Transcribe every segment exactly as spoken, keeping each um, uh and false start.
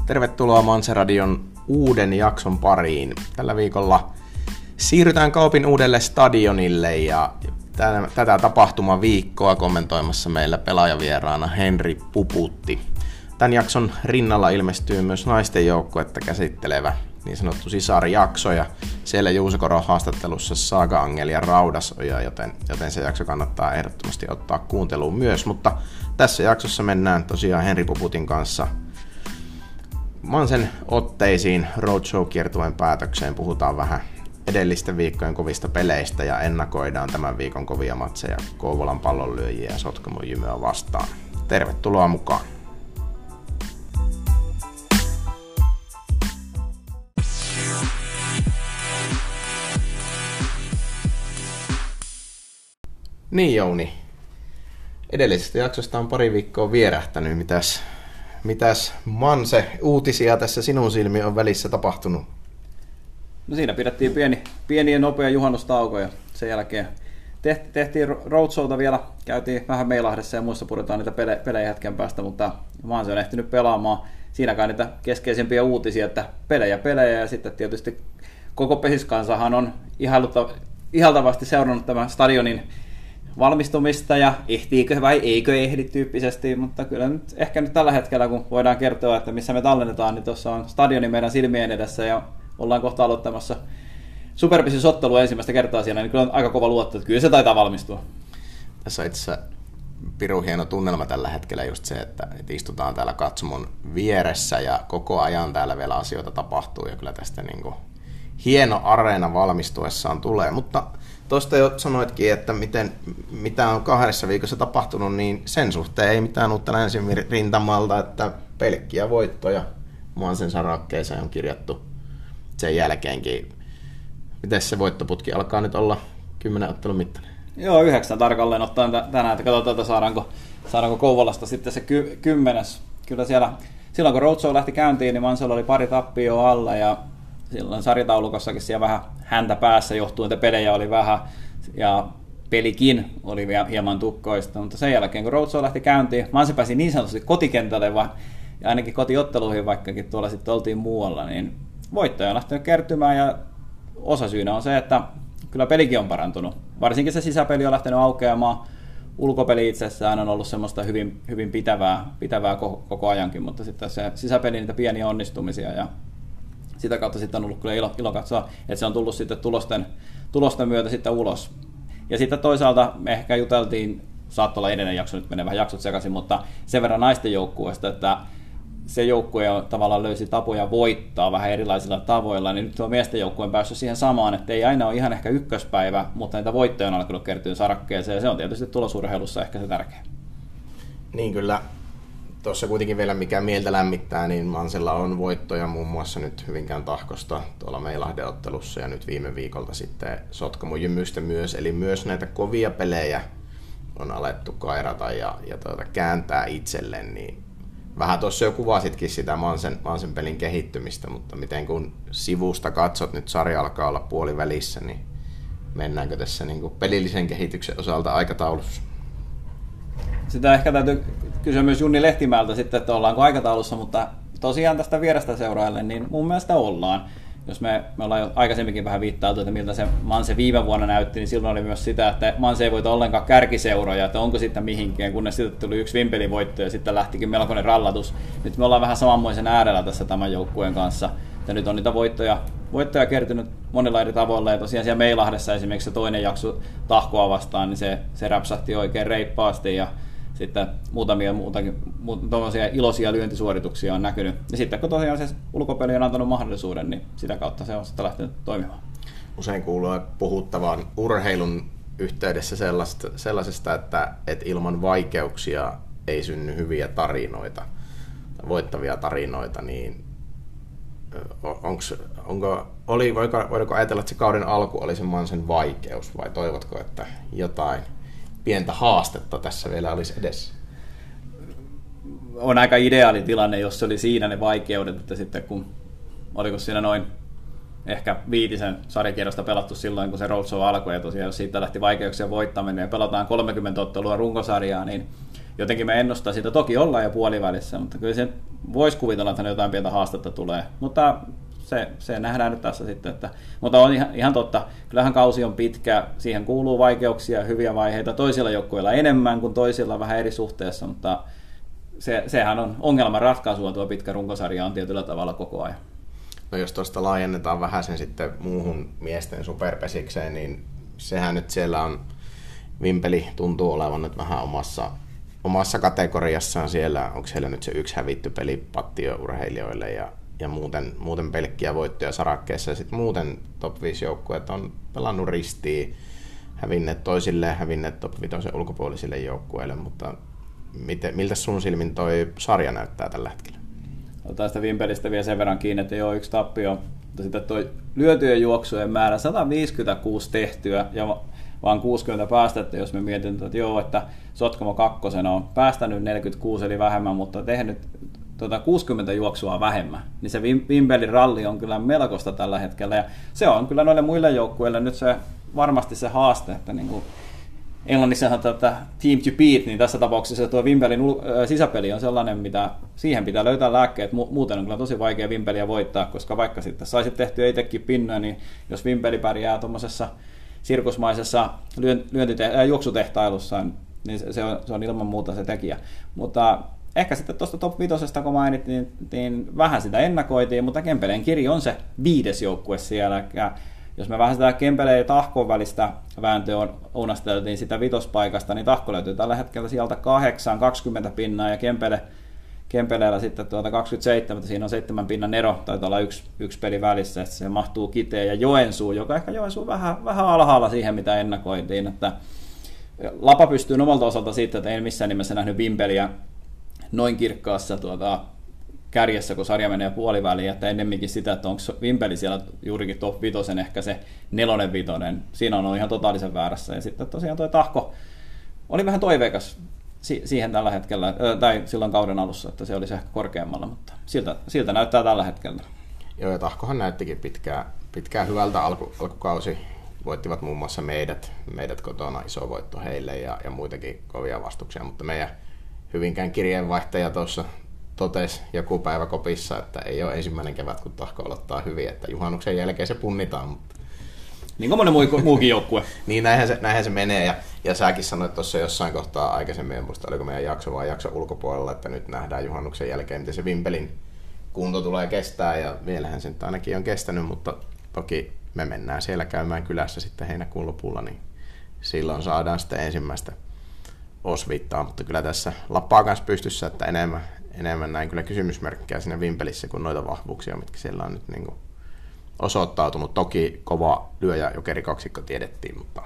Tervetuloa Manse-radion uuden jakson pariin. Tällä viikolla siirrytään Kaupin uudelle stadionille ja tätä tapahtumaviikkoa kommentoimassa meillä pelaajavieraana Henri Puputti. Tämän jakson rinnalla ilmestyy myös naisten joukkuetta käsittelevä niin sanottu sisarjakso ja siellä Juuso Koron haastattelussa Saga Angel ja Raudasoja, joten, joten se jakso kannattaa ehdottomasti ottaa kuunteluun myös, mutta tässä jaksossa mennään tosiaan Henri Puputin kanssa Mansen otteisiin Roadshow-kiertueen päätökseen, puhutaan vähän edellisten viikkojen kovista peleistä ja ennakoidaan tämän viikon kovia matseja Kouvolan Pallonlyöjiä ja Sotkamon Jymyä vastaan. Tervetuloa mukaan! Niin Jouni, edellisestä jaksosta on pari viikkoa vierähtänyt. Mitäs, mitäs Manse uutisia tässä sinun silmiin on välissä tapahtunut? No siinä pidettiin pieni, pieni ja nopea juhannustauko ja sen jälkeen tehtiin, tehtiin roadshowta vielä, käytiin vähän Meilahdessa ja muissa puretaan niitä pele, pelejä hetken päästä, mutta Manse on ehtinyt pelaamaan siinäkään niitä keskeisimpiä uutisia, että pelejä pelejä ja sitten tietysti koko pesiskansahan on ihailtavasti seurannut tämän stadionin valmistumista ja ehtiikö vai eikö ehdi tyyppisesti, mutta kyllä nyt ehkä nyt tällä hetkellä, kun voidaan kertoa, että missä me tallennetaan, niin tuossa on stadioni meidän silmien edessä ja ollaan kohta aloittamassa superpisis-ottelua ensimmäistä kertaa siellä, niin kyllä on aika kova luotto, että kyllä se taitaa valmistua. Tässä on itse asiassa pirun hieno tunnelma tällä hetkellä just se, että istutaan täällä katsomon vieressä ja koko ajan täällä vielä asioita tapahtuu ja kyllä tästä niin kuin hieno areena valmistuessaan tulee, mutta tuosta jo sanoitkin, että miten, mitä on kahdessa viikossa tapahtunut, niin sen suhteen ei mitään uutta länsin rintamalta, että pelkkiä voittoja Mansen sarakkeeseen on kirjattu sen jälkeenkin. Miten se voittoputki alkaa nyt olla kymmenen ottelun mittainen? Joo, yhdeksän tarkalleen ottaen tänään, että katsotaan, että saadaanko, saadaanko Kouvolasta sitten se ky- kymmenes. Kyllä siellä, silloin kun Roadshow lähti käyntiin, niin Mansella oli pari tappioa alla ja silloin sarjataulukossakin siellä vähän häntä päässä johtuen, että pelejä oli vähän ja pelikin oli vielä hieman tukkoista, mutta sen jälkeen kun Roadshow lähti käyntiin, Manse pääsi niin sanotusti kotikentälle va, ja ainakin kotiotteluihin, vaikkakin tuolla sitten oltiin muualla, niin voittoja on lähtenyt kertymään ja osasyynä on se, että kyllä pelikin on parantunut. Varsinkin se sisäpeli on lähtenyt aukeamaan, ulkopeli itsessään on ollut semmoista hyvin, hyvin pitävää, pitävää koko, koko ajankin, mutta sitten se sisäpeli niitä pieniä onnistumisia ja sitä kautta sitten on ollut kyllä ilo, ilo katsoa, että se on tullut sitten tulosten, tulosten myötä sitten ulos. Ja sitten toisaalta me ehkä juteltiin, saattoi olla edellinen jakso, nyt menee vähän jaksot sekaisin, mutta sen verran naisten joukkueesta, että se joukkue tavallaan löysi tapoja voittaa vähän erilaisilla tavoilla, niin nyt on miesten joukkueen päässyt siihen samaan, että ei aina ole ihan ehkä ykköspäivä, mutta niitä voittoja on alkanut kertyä sarakkeeseen, ja se on tietysti tulosurheilussa ehkä se tärkeä. Niin kyllä. Tuossa kuitenkin vielä mikä mieltä lämmittää, niin Mansella on voittoja muun muassa nyt Hyvinkään Tahkosta tuolla Meilahden ottelussa ja nyt viime viikolta sitten Sotkamon Jymystä myös, eli myös näitä kovia pelejä on alettu kairata ja, ja tuota, kääntää itselleen, niin vähän tuossa jo kuvasitkin sitä Mansen, Mansen pelin kehittymistä, mutta miten kun sivusta katsot, nyt sarja alkaa olla puolivälissä, niin mennäänkö tässä niin kuin pelillisen kehityksen osalta aikataulussa? Sitä ehkä täytyy kysyä myös Junni Lehtimäeltä sitten, että ollaanko aikataulussa, mutta tosiaan tästä vierestä seuraille, niin mun mielestä ollaan. Jos me, me ollaan jo aikaisemminkin vähän viittailtu, että miltä se Manse viime vuonna näytti, niin silloin oli myös sitä, että Manse ei voita ollenkaan kärkiseuroja, että onko sitten mihinkään, kunnes sitten tuli yksi vimpelivoitto ja sitten lähtikin melkoinen rallatus. Nyt me ollaan vähän samanmoisen äärellä tässä tämän joukkueen kanssa, ja nyt on niitä voittoja, voittoja kertynyt monilla eri tavoilla, ja tosiaan siellä Meilahdessa esimerkiksi se toinen jakso Tahkoa vastaan, niin se, se räpsähti oikein reippaasti, ja sitten muutamia muutakin tuollaisia iloisia lyöntisuorituksia on näkynyt. Ja sitten kun tosiaan se ulkopeli on antanut mahdollisuuden, niin sitä kautta se on sitten lähtenyt toimimaan. Usein kuuluu puhuttavan urheilun yhteydessä sellaista, sellaisesta, että, että ilman vaikeuksia ei synny hyviä tarinoita, voittavia tarinoita, niin onks, onko, oli, voiko, voiko ajatella, että se kauden alku oli se Mansen vaikeus, vai toivotko, että jotain pientä haastetta tässä vielä olisi edessä? On aika ideaali tilanne, jos se oli siinä ne vaikeudet, että sitten kun oliko siinä noin ehkä viitisen sarjakierrosta pelattu silloin, kun se Roadshow alkoi, ja tosiaan jos siitä lähti vaikeuksia voittaminen ja pelataan kolmekymmentä ottelua runkosarjaa, niin jotenkin me ennustaa sitä, toki ollaan jo puolivälissä, mutta kyllä se voisi kuvitella, että jotain pientä haastetta tulee, mutta se, se nähdään nyt tässä sitten, että, mutta on ihan, ihan totta, kyllähän kausi on pitkä, siihen kuuluu vaikeuksia ja hyviä vaiheita, toisilla joukkueilla enemmän kuin toisilla vähän eri suhteessa, mutta se, sehän on ongelman ratkaisua, tuo pitkä runkosarja on tietyllä tavalla koko ajan. No jos tuosta laajennetaan vähän sen sitten muuhun miesten superpesikseen, niin sehän nyt siellä on, Vimpeli tuntuu olevan nyt vähän omassa, omassa kategoriassaan siellä, onko siellä nyt se yksi hävitty peli pattiourheilijoille ja, ja muuten, muuten pelkkiä voittoja sarakkeessa ja sitten muuten top viisi joukkueet on pelannut ristiin, hävinneet toisilleen, hävinneet top viisi ulkopuolisille joukkueille, mutta miten, miltä sun silmin toi sarja näyttää tällä hetkellä? Otetaan sitä Vimpelistä vielä sen verran kiinni, että joo, yksi tappio, mutta sitten toi lyötyjen juoksujen määrä sata viisikymmentäkuusi tehtyä ja vaan kuusikymmentä päästettä, jos me mietitään, että joo, että Sotkamo kakkosena on päästänyt neljäkymmentäkuusi eli vähemmän, mutta tehnyt tuota kuusikymmentä juoksua vähemmän, niin se Vimpelin ralli on kyllä melkoista tällä hetkellä, ja se on kyllä noille muille joukkueille nyt se varmasti se haaste, että niin kuin Englannissa sanotaan, että team to beat, niin tässä tapauksessa tuo Vimpelin sisäpeli on sellainen, mitä siihen pitää löytää lääkkeet. Muuten on kyllä tosi vaikea Vimpeliä voittaa, koska vaikka sitten saisit tehtyä itsekin pinnoja, niin jos Vimpeli pärjää tuommoisessa sirkusmaisessa lyöntite- äh, juoksutehtailussa, niin se on, se on ilman muuta se tekijä. Mutta ehkä sitten tuosta top vitosesta, kun mainit, niin, niin vähän sitä ennakoitiin, mutta Kempeleen kirja on se viides joukkue siellä. Ja jos me vähän sitä Kempeleen ja Tahkon välistä vääntöä ounasteltiin sitä vitospaikasta, niin Tahko löytyy tällä hetkellä sieltä kahdeksan kaksikymmentä pinnaa ja Kempele, Kempeleellä sitten tuota kaksikymmentäseitsemän, että siinä on seitsemän pinnan ero, taitaa olla yksi, yksi peli välissä, että se mahtuu Kiteen ja Joensuu, joka ehkä Joensuu vähän, vähän alhaalla siihen, mitä ennakoitiin. Että Lapa pystyy omalta osalta siitä, että ei missään nimessä nähnyt Vimpeliä noin kirkkaassa tuota, kärjessä, kun sarja menee puoliväliin, että ennemminkin sitä, että onko Vimpeli siellä juurikin top vitosen, ehkä se nelonen vitonen, siinä on ihan totaalisen väärässä. Ja sitten tosiaan tuo Tahko oli vähän toiveikas siihen tällä hetkellä, tai silloin kauden alussa, että se olisi ehkä korkeammalla, mutta siltä, siltä näyttää tällä hetkellä. Joo, ja Tahkohan näyttikin pitkään, pitkään hyvältä alku, alkukausi. Voittivat muun muassa meidät, meidät kotona, iso voitto heille ja, ja muitakin kovia vastuksia, mutta meidän Hyvinkään kirjeenvaihtaja tuossa totesi joku päivä kopissa, että ei ole ensimmäinen kevät, kun Tahko aloittaa hyvin, että juhannuksen jälkeen se punnitaan. Mutta niin kuin monen muukin joukkue. Niin, näinhän se, näinhän se menee, ja, ja säkin sanoit tuossa jossain kohtaa aikaisemmin, en muista oliko meidän jakso vai jakso ulkopuolella, että nyt nähdään juhannuksen jälkeen, miten se Vimpelin kunto tulee kestää, ja vielähän se nyt ainakin on kestänyt, mutta toki me mennään siellä käymään kylässä sitten heinäkuun lopulla, niin silloin saadaan sitten ensimmäistä osvittaa, mutta kyllä tässä lappaa kanssa pystyssä, että enemmän, enemmän näin kyllä kysymysmerkkejä siinä Vimpelissä kuin noita vahvuuksia, mitkä siellä on nyt niin kuin osoittautunut. Toki kova lyöjä jokerikaksikko tiedettiin, mutta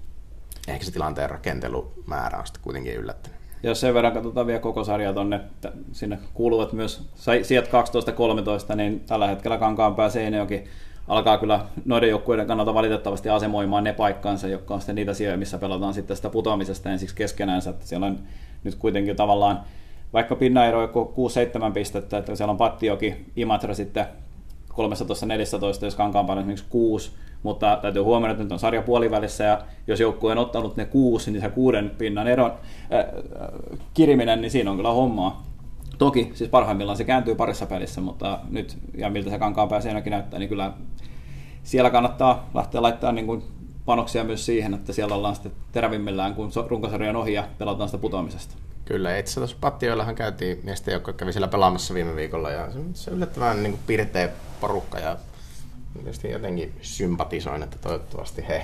ehkä se tilanteen rakentelumäärä on sitten kuitenkin yllättänyt. Jos sen verran katsotaan vielä koko sarjaa tuonne, että sinne kuuluvat myös sijat kaksitoista kolmetoista, niin tällä hetkellä Kankaanpää Seinäjoki alkaa kyllä noiden joukkueiden kannalta valitettavasti asemoimaan ne paikkaansa, jotka on sitten niitä sijoja, missä pelataan sitten sitä putoamisesta ensiksi keskenäänsä. Että siellä on nyt kuitenkin tavallaan, vaikka pinnaero on kuusi seitsemän pistettä, että siellä on Pattioki, Imatra sitten kolmetoista neljätoista, jos Kankaanpää on esimerkiksi kuusi, mutta täytyy huomioida, että nyt on sarja puolivälissä, ja jos joukkue on ottanut ne kuusi, niin se kuuden pinnan eron äh, kiriminen, niin siinä on kyllä hommaa. Toki, siis parhaimmillaan se kääntyy parissa pelissä, mutta nyt, ja miltä se Kankaanpää Seinäjoki näyttää, niin kyllä siellä kannattaa lähteä laittamaan niin kuin panoksia myös siihen, että siellä ollaan sitten terävimmillään, kun runkosarjan ohi ja pelataan sitä putoamisesta. Kyllä, itse asiassa Pattioillahan käytiin miesten joukko, kävi siellä pelaamassa viime viikolla, ja se on yllättävän niin kuin pirteä porukka, ja tietysti jotenkin sympatisoin, että toivottavasti he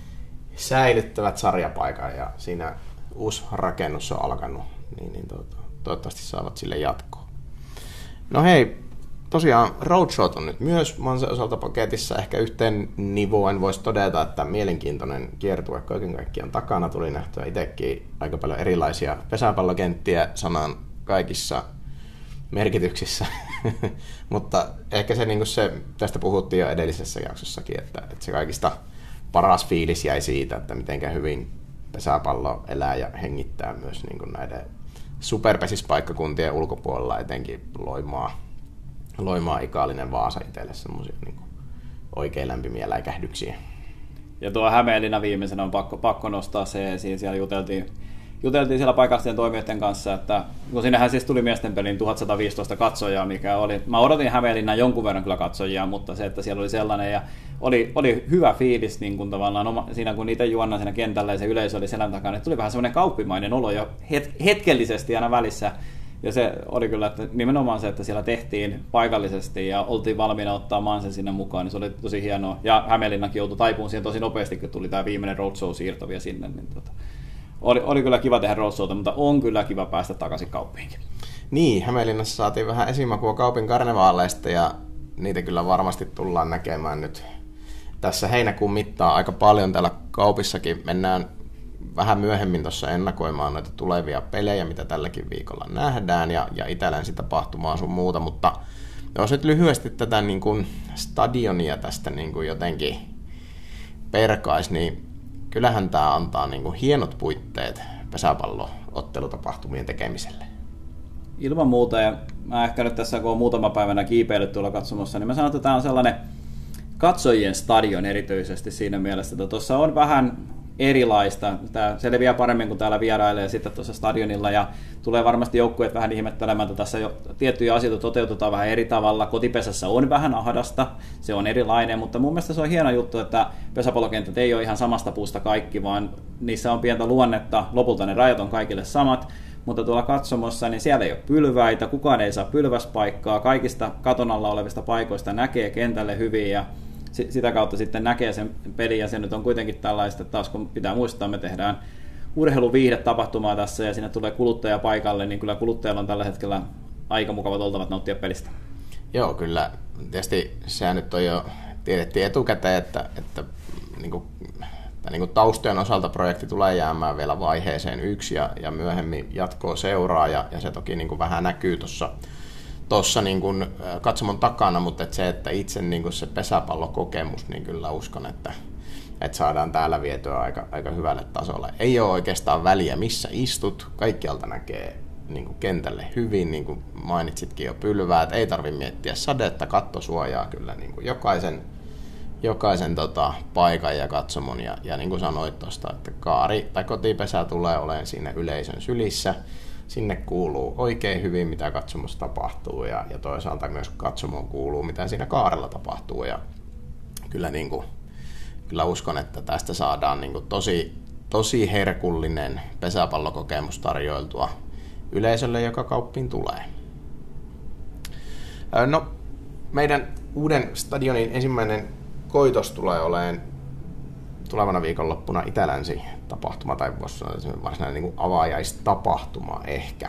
säilyttävät sarjapaikan, ja siinä uusi rakennus on alkanut, niin, niin toivottavasti saavat sille jatkoa. No hei, tosiaan Roadshot on nyt myös Mansen osalta paketissa. Ehkä yhteen nivoen voisi todeta, että mielenkiintoinen kiertue kaiken kaikkiaan takana tuli nähtyä itsekin aika paljon erilaisia pesäpallokenttiä sanan kaikissa merkityksissä. Mutta ehkä se, niin se, tästä puhuttiin jo edellisessä jaksossakin, että, että se kaikista paras fiilis jäi siitä, että miten hyvin pesäpallo elää ja hengittää myös niin näiden superpesispaikkakuntien ulkopuolella, etenkin Loimaa, Loimaa Ikaalinen, Vaasa itselle semmoisia niin oikein lämpimiä läikähdyksiä. Ja tuo Hämeenlinna viimeisenä on pakko, pakko nostaa se esiin. Siellä juteltiin juteltiin siellä paikallisten toimijoiden kanssa, että kun sinnehän siis tuli miesten pelin tuhatsata viisitoista katsojaa, mikä oli, mä odotin Hämeenlinnan jonkun verran kyllä katsojia, mutta se, että siellä oli sellainen, ja oli, oli hyvä fiilis niin kuin tavallaan oma, siinä, kun itse juonnan siinä kentällä ja se yleisö oli selän takana, että tuli vähän semmoinen kauppimainen olo jo het, hetkellisesti aina välissä, ja se oli kyllä, että nimenomaan se, että siellä tehtiin paikallisesti ja oltiin valmiina ottaa Mansen sinne mukaan, niin se oli tosi hienoa, ja Hämeenlinnankin joutui taipuun siihen tosi nopeasti, kun tuli tämä viimeinen roadshow-siirto vielä sinne, niin tota, Oli, oli kyllä kiva tehdä roadshowta, mutta on kyllä kiva päästä takaisin kauppiinkin. Niin, Hämeenlinnassa saatiin vähän esimakua Kaupin karnevaaleista ja niitä kyllä varmasti tullaan näkemään nyt tässä heinäkuun mittaan aika paljon. Täällä Kaupissakin mennään vähän myöhemmin tuossa ennakoimaan noita tulevia pelejä, mitä tälläkin viikolla nähdään ja, ja Itä-Länsi tapahtumaa sun muuta, mutta jos nyt lyhyesti tätä niin kuin stadionia tästä niin kuin jotenkin perkais, niin kyllähän tämä antaa niin kuin hienot puitteet pesäpallo-ottelutapahtumien tekemiselle. Ilman muuta, ja mä ehkä nyt tässä kun on muutama päivänä kiipeillyt tuolla katsomassa, niin mä sanon, että tämä on sellainen katsojien stadion erityisesti siinä mielessä, että tuossa on vähän erilaista. Tämä selviää paremmin, kun täällä vierailee sitten tuossa stadionilla, ja tulee varmasti joukkueet vähän ihmettelemään, että tässä jo tiettyjä asioita toteutetaan vähän eri tavalla. Kotipesässä on vähän ahdasta, se on erilainen, mutta mun mielestä se on hieno juttu, että pesäpallokentät ei ole ihan samasta puusta kaikki, vaan niissä on pientä luonnetta, lopulta ne rajat on kaikille samat, mutta tuolla katsomossa, niin siellä ei ole pylväitä, kukaan ei saa pylväspaikkaa, kaikista katon alla olevista paikoista näkee kentälle hyvin, ja sitä kautta sitten näkee sen pelin, ja se nyt on kuitenkin tällaista, että taas kun pitää muistaa, me tehdään urheiluviihdetapahtumaa tässä, ja sinne tulee kuluttaja paikalle, niin kyllä kuluttajalla on tällä hetkellä aika mukavat oltavat nauttia pelistä. Joo, kyllä. Tietysti sehän nyt on jo tiedettiin etukäteen, että, että niin kuin, niin kuin taustojen osalta projekti tulee jäämään vielä vaiheeseen yksi, ja, ja myöhemmin jatkoa seuraa, ja, ja se toki niin kuin vähän näkyy tuossa tuossa niin kuin katsomon takana, mutta että se, että itse niin kuin se pesäpallokokemus, niin kyllä uskon, että, että saadaan täällä vietyä aika, aika hyvälle tasolle. Ei ole oikeastaan väliä, missä istut, kaikkialta näkee niin kuin kentälle hyvin, niin kuin mainitsitkin jo pylväät, ei tarvitse miettiä sadetta, kattosuojaa kyllä niin kuin jokaisen, jokaisen tota, paikan ja katsomon, ja, ja niin kuin sanoit tuosta, että kaari tai kotipesä tulee olemaan siinä yleisön sylissä. Sinne kuuluu oikein hyvin, mitä katsomossa tapahtuu, ja, ja toisaalta myös katsomoon kuuluu, mitä siinä kaarella tapahtuu. Ja kyllä, niin kuin, kyllä uskon, että tästä saadaan niin kuin tosi, tosi herkullinen pesäpallokokemus tarjoiltua yleisölle, joka kauppiin tulee. No, meidän uuden stadionin ensimmäinen koitos tulee olemaan tulevana viikonloppuna Itä-Länsi tapahtuma, tai voisi sanoa varsinainen niin kuin avaajaistapahtuma ehkä.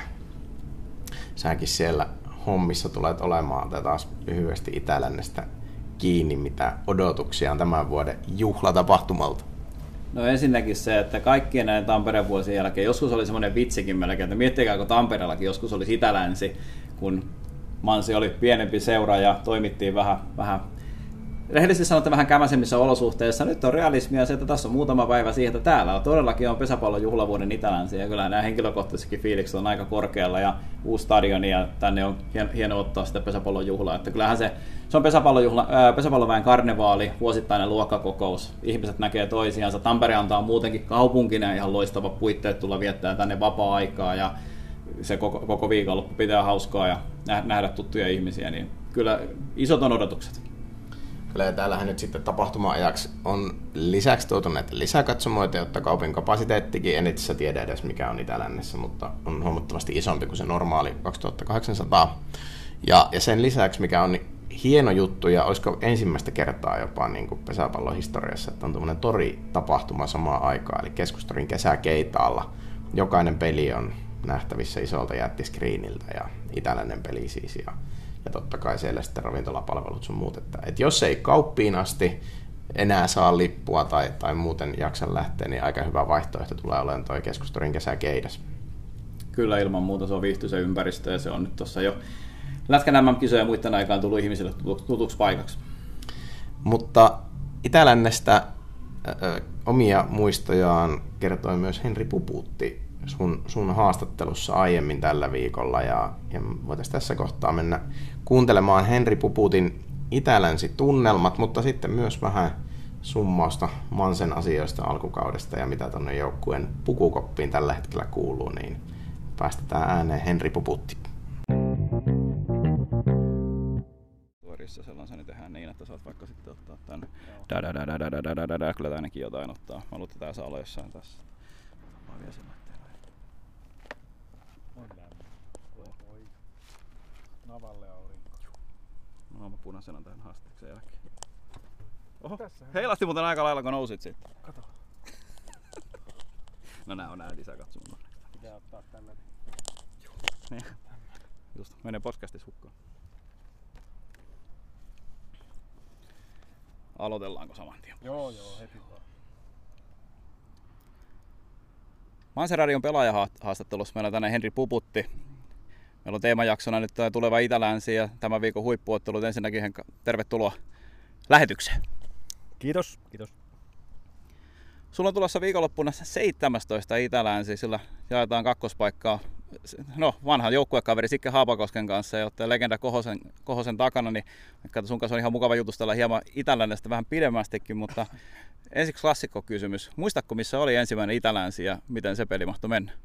Säkin siellä hommissa tulet olemaan, tai taas lyhyesti Itä-Lännestä kiinni, mitä odotuksia on tämän vuoden juhlatapahtumalta. No ensinnäkin se, että kaikkien näiden Tampereen vuosien jälkeen, joskus oli semmoinen vitsikin melkein, että miettikää, kun Tampereellakin joskus oli Itä-Länsi, kun Mansi oli pienempi seura ja toimittiin vähän, vähän rehellisesti sanottuna vähän kämäsemmissä olosuhteissa. Nyt on realismia se, että tässä on muutama päivä siihen, että täällä on todellakin on pesäpallon juhlavuoden Itä-Länsi, ja kyllä nämä henkilökohtaisestikin fiilikset on aika korkealla, ja uusi stadioni, ja tänne on hieno ottaa sitä pesäpallon juhlaa. Että kyllähän se, se on pesäpallon juhla, ää, pesäpallonväen karnevaali, vuosittainen luokkakokous, ihmiset näkee toisiansa. Tampere antaa muutenkin kaupunkina ihan loistava puitteet tulla viettää tänne vapaa-aikaa, ja se koko, koko viikonloppu pitää hauskaa ja nähdä tuttuja ihmisiä, niin kyllä isot on odotukset. Kyllä, täällähän nyt sitten tapahtuma-ajaksi on lisäksi tuotu näitä lisäkatsomoita, jotta kaupin kapasiteettikin, en itse tiedä edes mikä on Itä-Lännessä, mutta on huomattavasti isompi kuin se normaali kaksituhattakahdeksansataa. Ja, ja sen lisäksi, mikä on hieno juttu, ja olisiko ensimmäistä kertaa jopa niin kuin pesäpallon historiassa, että on tuommoinen tori-tapahtuma samaan aikaan, eli Keskustorin kesäkeitaalla. Jokainen peli on nähtävissä isolta jättiskriiniltä, ja Itä-Lännen peli siis, ja Ja totta kai siellä sitten ravintolapalvelut sun muut. Että, että jos ei kauppiin asti enää saa lippua tai, tai muuten jaksa lähteä, niin aika hyvä vaihtoehto tulee olemaan toi Keskustorin kesäkeidas. Kyllä ilman muuta se on viihtyisä ympäristö, ja se on nyt tuossa jo Lätkän M M-kisoja ja muiden aikaan tullut ihmisille tutuksi paikaksi. Mutta Itä-Lännestä ö, omia muistojaan kertoi myös Henri Puputti sun, sun haastattelussa aiemmin tällä viikolla, ja, ja voitaisiin tässä kohtaa mennä kuuntelemaan Henri Puputin Itä-Länsi-tunnelmat, mutta sitten myös vähän summausta Mansen asioista alkukaudesta ja mitä tuonne joukkueen pukukoppiin tällä hetkellä kuuluu, niin päästetään ääneen Henri Puputti. Tuorissa sellaisen niin tehdään niin, että saat vaikka sitten ottaa tänne. Dä-dä-dä-dä-dä-dä-dä-dä. Kyllä tää ainakin jotain ottaa. Mä luulen, että tää saa olla jossain tässä. Mä vielä sen lähtee näin. On lämmin. Oi. Navalle aurinko. No mä punaisena tähän haasteeksi jälkeen. Oho, heilasti muuten aika lailla kun nousit sitten. Kato. No nää on nää lisäkatsomaan. Pitää ottaa tällainen. Niin. Just, menee podcastissa hukkaan. Aloitellaanko saman tien? Joo, joo, heti vaan. Mansen Radion pelaajahaastattelussa meillä on tänään Henri Puputti. Meillä on teemajaksona nyt tuleva Itä-Länsi ja tämän viikon huippuottelut. Ensinnäkin Henkka, tervetuloa lähetykseen. Kiitos, kiitos. Sulla on tulossa viikonloppuna seitsemästoista Itä-Länsi, sillä jaetaan kakkospaikkaa no, vanhan joukkuekaveri Sikke Haapakosken kanssa ja ottaa legenda Kohosen, Kohosen takana, niin sun kanssa on ihan mukava jutustella hieman Itä-Lännestä vähän pidemmästikin, mutta ensiksi klassikkokysymys. Muistatko, missä oli ensimmäinen Itä-Länsi ja miten se peli mahtoi mennä?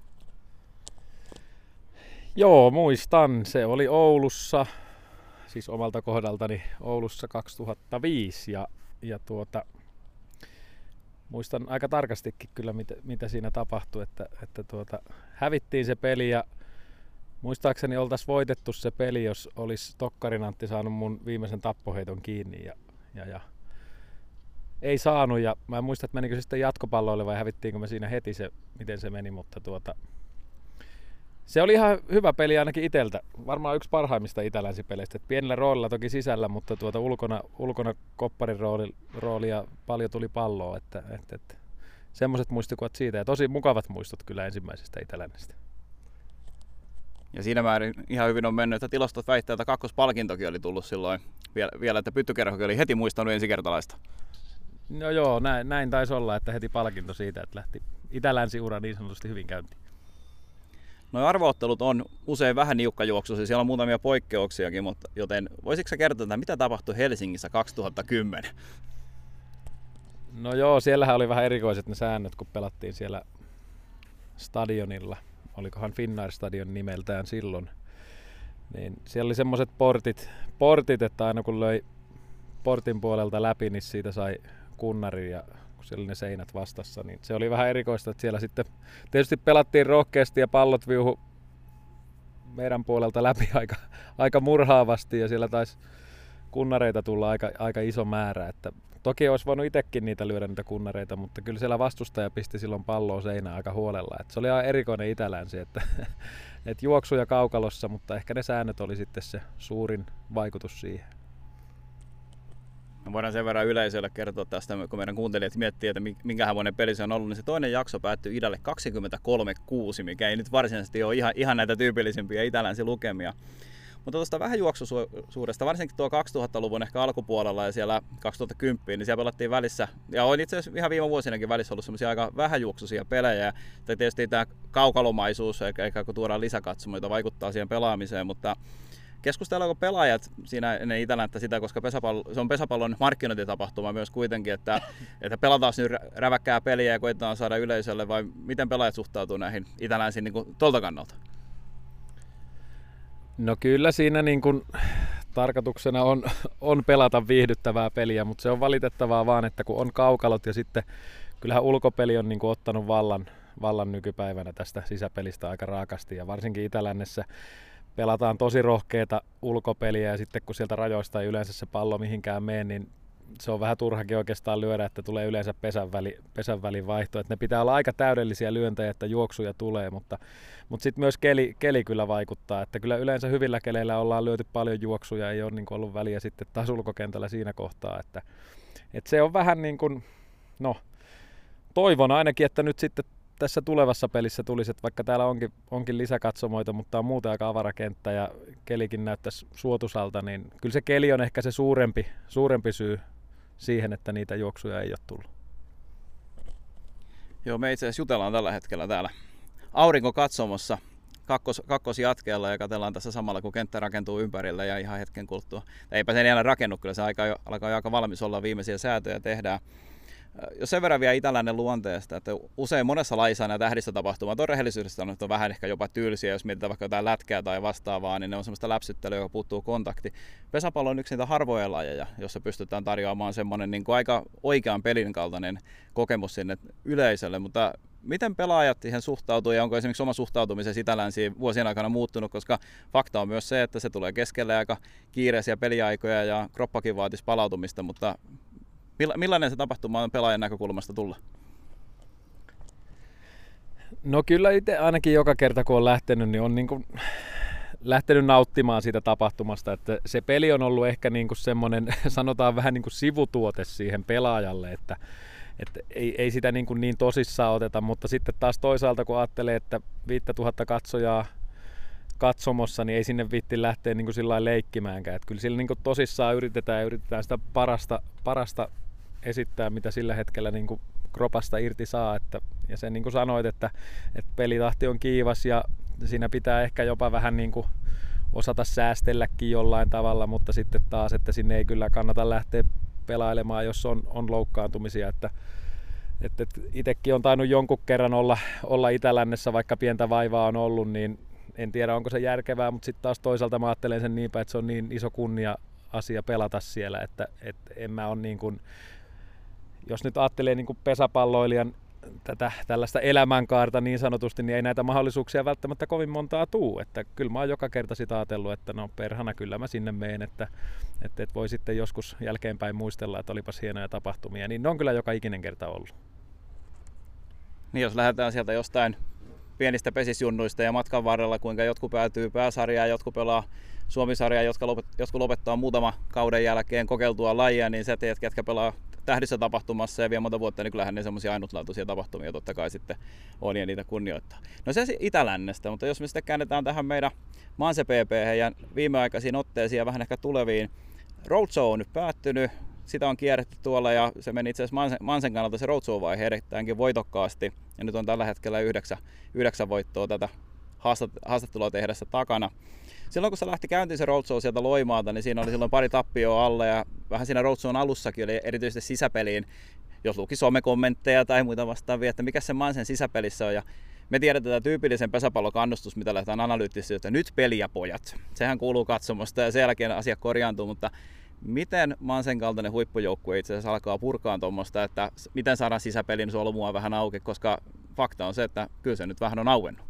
Joo, muistan. Se oli Oulussa, siis omalta kohdaltani Oulussa kaksituhattaviisi ja, ja tuota, muistan aika tarkastikin kyllä, mitä, mitä siinä tapahtui, että, että tuota, hävittiin se peli ja muistaakseni oltaisiin voitettu se peli, jos olisi Tokkarin Antti saanut mun viimeisen tappoheiton kiinni ja, ja, ja ei saanut ja mä en muista, että menikö se sitten jatkopalloille vai hävittiinkö me siinä heti se, miten se meni, mutta tuota, se oli ihan hyvä peli ainakin itseltä. Varmaan yksi parhaimmista Itä-Länsi-peleistä. Pienellä roolilla toki sisällä, mutta tuota ulkona, ulkona kopparin rooli, roolia paljon tuli palloa. Että, että, että, semmoiset muistikuvat siitä ja tosi mukavat muistot kyllä ensimmäisestä Itä-Lännestä. Ja siinä määrin ihan hyvin on mennyt, että tilastot väittää, että kakkospalkintokin oli tullut silloin vielä, vielä että Pyttykerhokin oli heti muistanut ensikertalaista. No joo, näin, näin taisi olla, että heti palkinto siitä, että lähti Itä-Länsi-ura niin sanotusti hyvin käyntiin. Nuo arvoottelut on usein vähän niukkajuoksuisia, siellä on muutamia poikkeuksiakin, mutta joten voisitko sä kertoa, että mitä tapahtui Helsingissä kaksituhattakymmenen? No joo, siellähän oli vähän erikoiset ne säännöt, kun pelattiin siellä stadionilla. Olikohan Finnair-stadion nimeltään silloin. Niin siellä oli semmoiset portit, portit, että aina kun löi portin puolelta läpi, niin siitä sai kunnarin ja kun siellä oli ne seinät vastassa, niin se oli vähän erikoista, että siellä sitten tietysti pelattiin rohkeasti ja pallot viuhu meidän puolelta läpi aika, aika murhaavasti ja siellä taisi kunnareita tulla aika, aika iso määrä, että toki olisi voinut itsekin niitä lyödä niitä kunnareita, mutta kyllä siellä vastustaja pisti silloin palloa seinään aika huolella, että se oli aivan erikoinen Itä-Länsi, että, että juoksuja kaukalossa, mutta ehkä ne säännöt oli sitten se suurin vaikutus siihen. Me voidaan sen verran yleisölle kertoa tästä, kun meidän kuuntelijat miettii, että minkähän peli se on ollut, niin se toinen jakso päättyi Idälle kaksikymmentäkolme kuusi, mikä ei nyt varsinaisesti ole ihan, ihan näitä tyypillisimpiä Itä-Länsi-lukemia. Mutta tuosta vähän juoksusuudesta, varsinkin tuo kaksituhattaluvun ehkä alkupuolella ja siellä kaksituhattakymmenen, niin siellä pelattiin välissä, ja on itse asiassa ihan viime vuosinakin välissä ollut semmoisia aika vähäjuoksuisia pelejä, ja tietysti tämä kaukalomaisuus, eikä kun tuodaan lisäkatsomoita, vaikuttaa siihen pelaamiseen, mutta keskustellaanko pelaajat siinä ennen Itä-Länttä sitä, koska pesäpallo, se on pesäpallon markkinointitapahtuma myös kuitenkin, että, että pelataan nyt räväkkää peliä ja koetetaan saada yleisölle, vai miten pelaajat suhtautuu näihin Itä-Länsiin niin tuolta kannalta? No kyllä siinä niin kuin tarkoituksena on, on pelata viihdyttävää peliä, mutta se on valitettavaa vaan, että kun on kaukalot ja sitten kyllähän ulkopeli on niin kuin ottanut vallan, vallan nykypäivänä tästä sisäpelistä aika raakasti ja varsinkin Itä-Lännessä pelataan tosi rohkeita ulkopeliä ja sitten kun sieltä rajoista ei yleensä se pallo mihinkään mene, niin se on vähän turhakin oikeastaan lyödä, että tulee yleensä pesän, väli, pesän välin vaihto. Että ne pitää olla aika täydellisiä lyöntejä, että juoksuja tulee, mutta, mutta sitten myös keli, keli kyllä vaikuttaa. Että kyllä yleensä hyvillä keleillä ollaan lyöty paljon juoksuja, ei ole niin kuin ollut väliä sitten taas ulkokentällä siinä kohtaa. Että, että se on vähän niin kuin, no toivon ainakin, että nyt sitten tässä tulevassa pelissä tulisi, että vaikka täällä onkin, onkin lisäkatsomoita, mutta on muuten aika avarakenttä ja kelikin näyttäisi suotuisalta, niin kyllä se keli on ehkä se suurempi, suurempi syy siihen, että niitä juoksuja ei ole tullut. Joo, me itse asiassa jutellaan tällä hetkellä täällä aurinkokatsomossa kakkos, kakkosjatkeella ja katsellaan tässä samalla, kun kenttä rakentuu ympärille ja ihan hetken kuluttua. Eipä sen enää rakennu, kyllä se aika jo, alkaa jo aika valmis olla, viimeisiä säätöjä tehdään. Jos sen verran vielä itäläinen luonteesta, että usein monessa lajissa nämä tähdistötapahtumat on rehellisyydestä on vähän ehkä jopa tylsiä, jos mietitään vaikka jotain lätkää tai vastaavaa, niin ne on semmoista läpsyttelyä, joka puuttuu kontakti. Pesäpallo on yksi niitä harvoja lajeja, jossa pystytään tarjoamaan semmoinen niin kuin aika oikean pelin kaltainen kokemus sinne yleisölle, mutta miten pelaajat siihen suhtautuu ja onko esimerkiksi oma suhtautumisen itälänsiin vuosien aikana muuttunut, koska fakta on myös se, että se tulee keskelle aika kiireisiä peliaikoja ja kroppakin vaatisi palautumista, mutta millainen se tapahtuma on pelaajan näkökulmasta tulla? No kyllä itse ainakin joka kerta kun on lähtenyt, niin on niin kuin lähtenyt nauttimaan siitä tapahtumasta. Että se peli on ollut ehkä niin kuin semmoinen, sanotaan vähän niin kuin sivutuote siihen pelaajalle, että, että ei, ei sitä niin, kuin niin tosissaan oteta, mutta sitten taas toisaalta kun ajattelee, että viisituhatta katsojaa katsomossa, niin ei sinne viitti lähteä niin kuin sillä lailla leikkimäänkään. Että kyllä sillä niin kuin tosissaan yritetään ja yritetään sitä parasta, parasta esittää, mitä sillä hetkellä niin kuin kropasta irti saa. Että, ja sen niin kuin sanoit, että, että pelitahti on kiivas ja siinä pitää ehkä jopa vähän niin kuin osata säästelläkin jollain tavalla, mutta sitten taas, että sinne ei kyllä kannata lähteä pelailemaan, jos on, on loukkaantumisia. Että, että itsekin on tainnut jonkun kerran olla, olla Itä-Lännessä, vaikka pientä vaivaa on ollut, niin en tiedä onko se järkevää, mutta sitten taas toisaalta mä ajattelen sen niinpä, että se on niin iso kunnia asia pelata siellä, että, että en mä ole niin kuin, jos nyt ajattelee niin kuin pesäpalloilijan tätä tällaista elämänkaarta niin sanotusti, niin ei näitä mahdollisuuksia välttämättä kovin montaa tuu. Että kyllä mä oon joka kerta sitä ajatellut, että no perhana kyllä mä sinne meen, että, että, että voi sitten joskus jälkeenpäin muistella, että olipas hienoja tapahtumia. Niin ne on kyllä joka ikinen kerta ollut. Niin jos lähdetään sieltä jostain pienistä pesisjunnuista ja matkan varrella, kuinka jotkut päätyy pääsarjaan, jotkut pelaa Suomi-sarjaa, jotka, lopet, jotka lopettaa muutama kauden jälkeen kokeiltua lajia, niin se, että ketkä pelaa tähdistötapahtumassa ja vielä monta vuotta, niin kyllähän ne semmoisia ainutlaatuisia tapahtumia totta kai sitten on ja niitä kunnioittaa. No se Itä-Lännestä, mutta jos me sitten käännetään tähän meidän Manse P P:hen ja viimeaikaisiin otteisiin ja vähän ehkä tuleviin. Roadshow on nyt päättynyt, sitä on kierretty tuolla ja se meni itse asiassa Mansen, Mansen kannalta se roadshow-vaihe erittäinkin voitokkaasti. Ja nyt on tällä hetkellä yhdeksän, yhdeksän voittoa tätä haastattelua tehdessä takana. Silloin kun se lähti käyntiin se roadshow sieltä Loimaalta, niin siinä oli silloin pari tappioa alla ja vähän siinä roadshown alussakin oli erityisesti sisäpeliin, jos luki somekommentteja tai muita vastaavia, että mikä se Mansen sisäpelissä on. Ja me tiedetään tämä tyypillisen pesäpallokannustus, mitä lähdetään analyyttisesti, että nyt peliä pojat. Sehän kuuluu katsomusta ja sen jälkeen asia korjaantuu, mutta miten Mansen kaltainen huippujoukkue itse asiassa alkaa purkaan tuommoista, että miten saadaan sisäpelin solmua vähän auki, koska fakta on se, että kyllä se nyt vähän on auennut.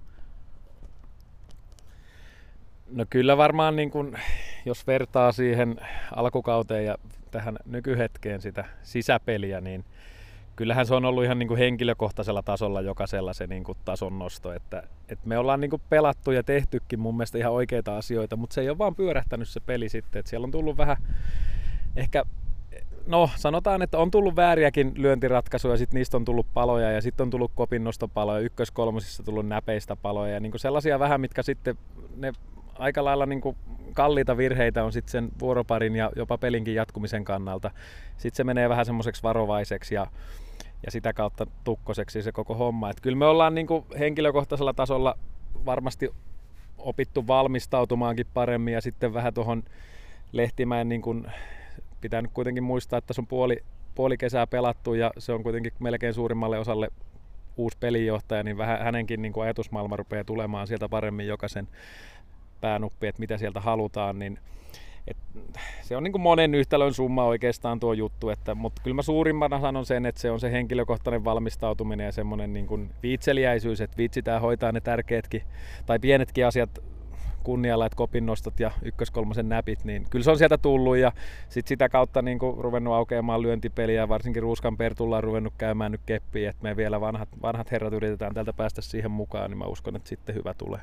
No kyllä varmaan, niin kun, jos vertaa siihen alkukauteen ja tähän nykyhetkeen sitä sisäpeliä, niin kyllähän se on ollut ihan niin kuin henkilökohtaisella tasolla jokaisella se niin kuin tason nosto. Että, että me ollaan niin kuin pelattu ja tehtykin mun mielestä ihan oikeita asioita, mutta se ei ole vaan pyörähtänyt se peli sitten. Että siellä on tullut vähän ehkä, no sanotaan, että on tullut vääriäkin lyöntiratkaisuja, sitten niistä on tullut paloja ja sitten on tullut kopinnostopaloja, ykkös-kolmosissa tullut näpeistä paloja ja niin kuin sellaisia vähän, mitkä sitten ne aika lailla niin kuin kalliita virheitä on sitten sen vuoroparin ja jopa pelinkin jatkumisen kannalta. Sitten se menee vähän semmoiseksi varovaiseksi ja, ja sitä kautta tukkoseksi se koko homma. Et kyllä me ollaan niin kuin henkilökohtaisella tasolla varmasti opittu valmistautumaankin paremmin ja sitten vähän tuohon Lehtimäen niin kuin pitää nyt kuitenkin muistaa, että se on puoli, puoli kesää pelattu ja se on kuitenkin melkein suurimmalle osalle uusi pelinjohtaja, niin vähän hänenkin niin kuin ajatusmaailma rupeaa tulemaan sieltä paremmin jokaisen päänuppi, että mitä sieltä halutaan, niin et, se on niin kuin monen yhtälön summa oikeastaan tuo juttu, että, mutta kyllä mä suurimmana sanon sen, että se on se henkilökohtainen valmistautuminen ja semmoinen niin kuin viitseliäisyys, että viitsitään hoitaa ne tärkeätkin tai pienetkin asiat kunnialla, että kopinnostot ja ykkös-kolmosen näpit, niin kyllä se on sieltä tullut ja sit sitä kautta niin kuin ruvennut aukeamaan lyöntipeliä ja varsinkin Ruuskan Pertulla on ruvennut käymään nyt keppiä, että me vielä vanhat, vanhat herrat yritetään tältä päästä siihen mukaan, niin mä uskon, että sitten hyvä tulee.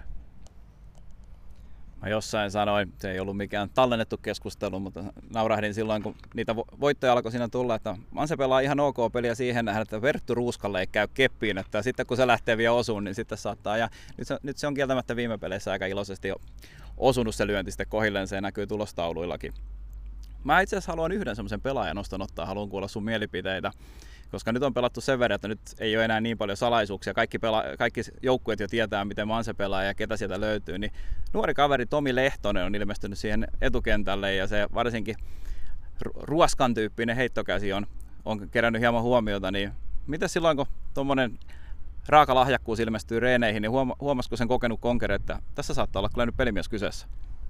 Mä jossain sanoin, se ei ollut mikään tallennettu keskustelu, mutta naurahdin silloin, kun niitä voittoja alkoi siinä tulla, että Manse pelaa ihan ok peliä siihen nähdä, että Verttu Ruuskalle ei käy keppiin, että sitten kun se lähtee vielä osuun, niin sitten saattaa. Ja nyt se, nyt se on kieltämättä viime peleissä aika iloisesti osunut se lyönti sitten kohilleen, se näkyy tulostauluillakin. Mä itse asiassa haluan yhden semmoisen pelaajan noston ottaa, haluan kuulla sun mielipiteitä. koska nyt on pelattu sen verran, että nyt ei ole enää niin paljon salaisuuksia. Kaikki, pela- kaikki joukkueet jo tietää, miten Manse pelaa ja ketä sieltä löytyy. Niin nuori kaveri Tomi Lehtonen on ilmestynyt siihen etukentälle ja se varsinkin ruoskan tyyppinen heittokäsi on, on kerännyt hieman huomiota. Niin mitä silloin, kun tuommoinen raaka lahjakkuus ilmestyy reeneihin, niin huoma- huomasiko sen kokenut konkeri, että tässä saattaa olla kyllä nyt pelimies kyseessä?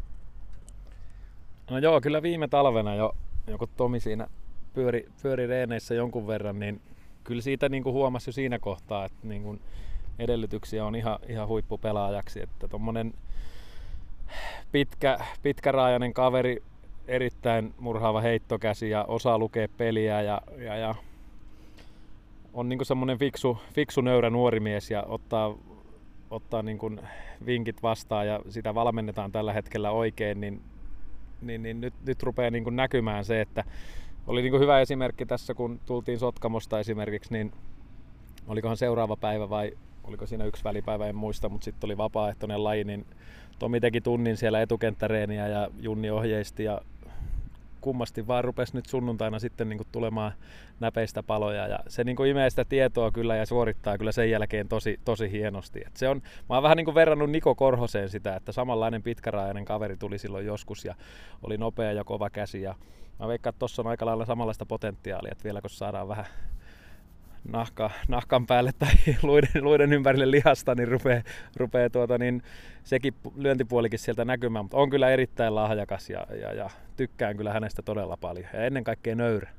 No joo, kyllä viime talvena jo, kun Tomi siinä pyöri, pyöri reeneissä jonkun verran, niin kyllä siitä niin kuin huomasi jo siinä kohtaa, että niin kuin edellytyksiä on ihan, ihan huippupelaajaksi. Että tommonen pitkä, pitkäraajainen kaveri, erittäin murhaava heittokäsi ja osaa lukea peliä ja, ja, ja on niin kuin semmoinen fiksu, fiksu nöyrä nuori mies ja ottaa, ottaa niin kuin vinkit vastaan ja sitä valmennetaan tällä hetkellä oikein, niin, niin, niin nyt, nyt rupeaa niin kuin näkymään se, että oli niin kuin hyvä esimerkki tässä, kun tultiin Sotkamosta esimerkiksi, niin olikohan seuraava päivä vai oliko siinä yksi välipäivä, en muista, mutta sitten oli vapaaehtoinen laji, niin Tomi teki tunnin siellä etukenttäreeniä ja Junni ohjeisti ja kummasti vaan rupesi nyt sunnuntaina sitten niin kuin tulemaan näpeistä paloja ja se niin kuin imee sitä tietoa kyllä ja suorittaa kyllä sen jälkeen tosi, tosi hienosti. Et se on, mä oon vähän niin kuin verrannut Niko Korhoseen sitä, että samanlainen pitkäraajainen kaveri tuli silloin joskus ja oli nopea ja kova käsi ja mä veikkaan, että tossa on aika lailla samanlaista potentiaalia, että vielä kun saadaan vähän nahka, nahkan päälle tai luiden, luiden ympärille lihasta, niin rupeaa, rupeaa tuota, niin sekin lyöntipuolikin sieltä näkymään, mutta on kyllä erittäin lahjakas ja, ja, ja tykkään kyllä hänestä todella paljon ja ennen kaikkea nöyrä.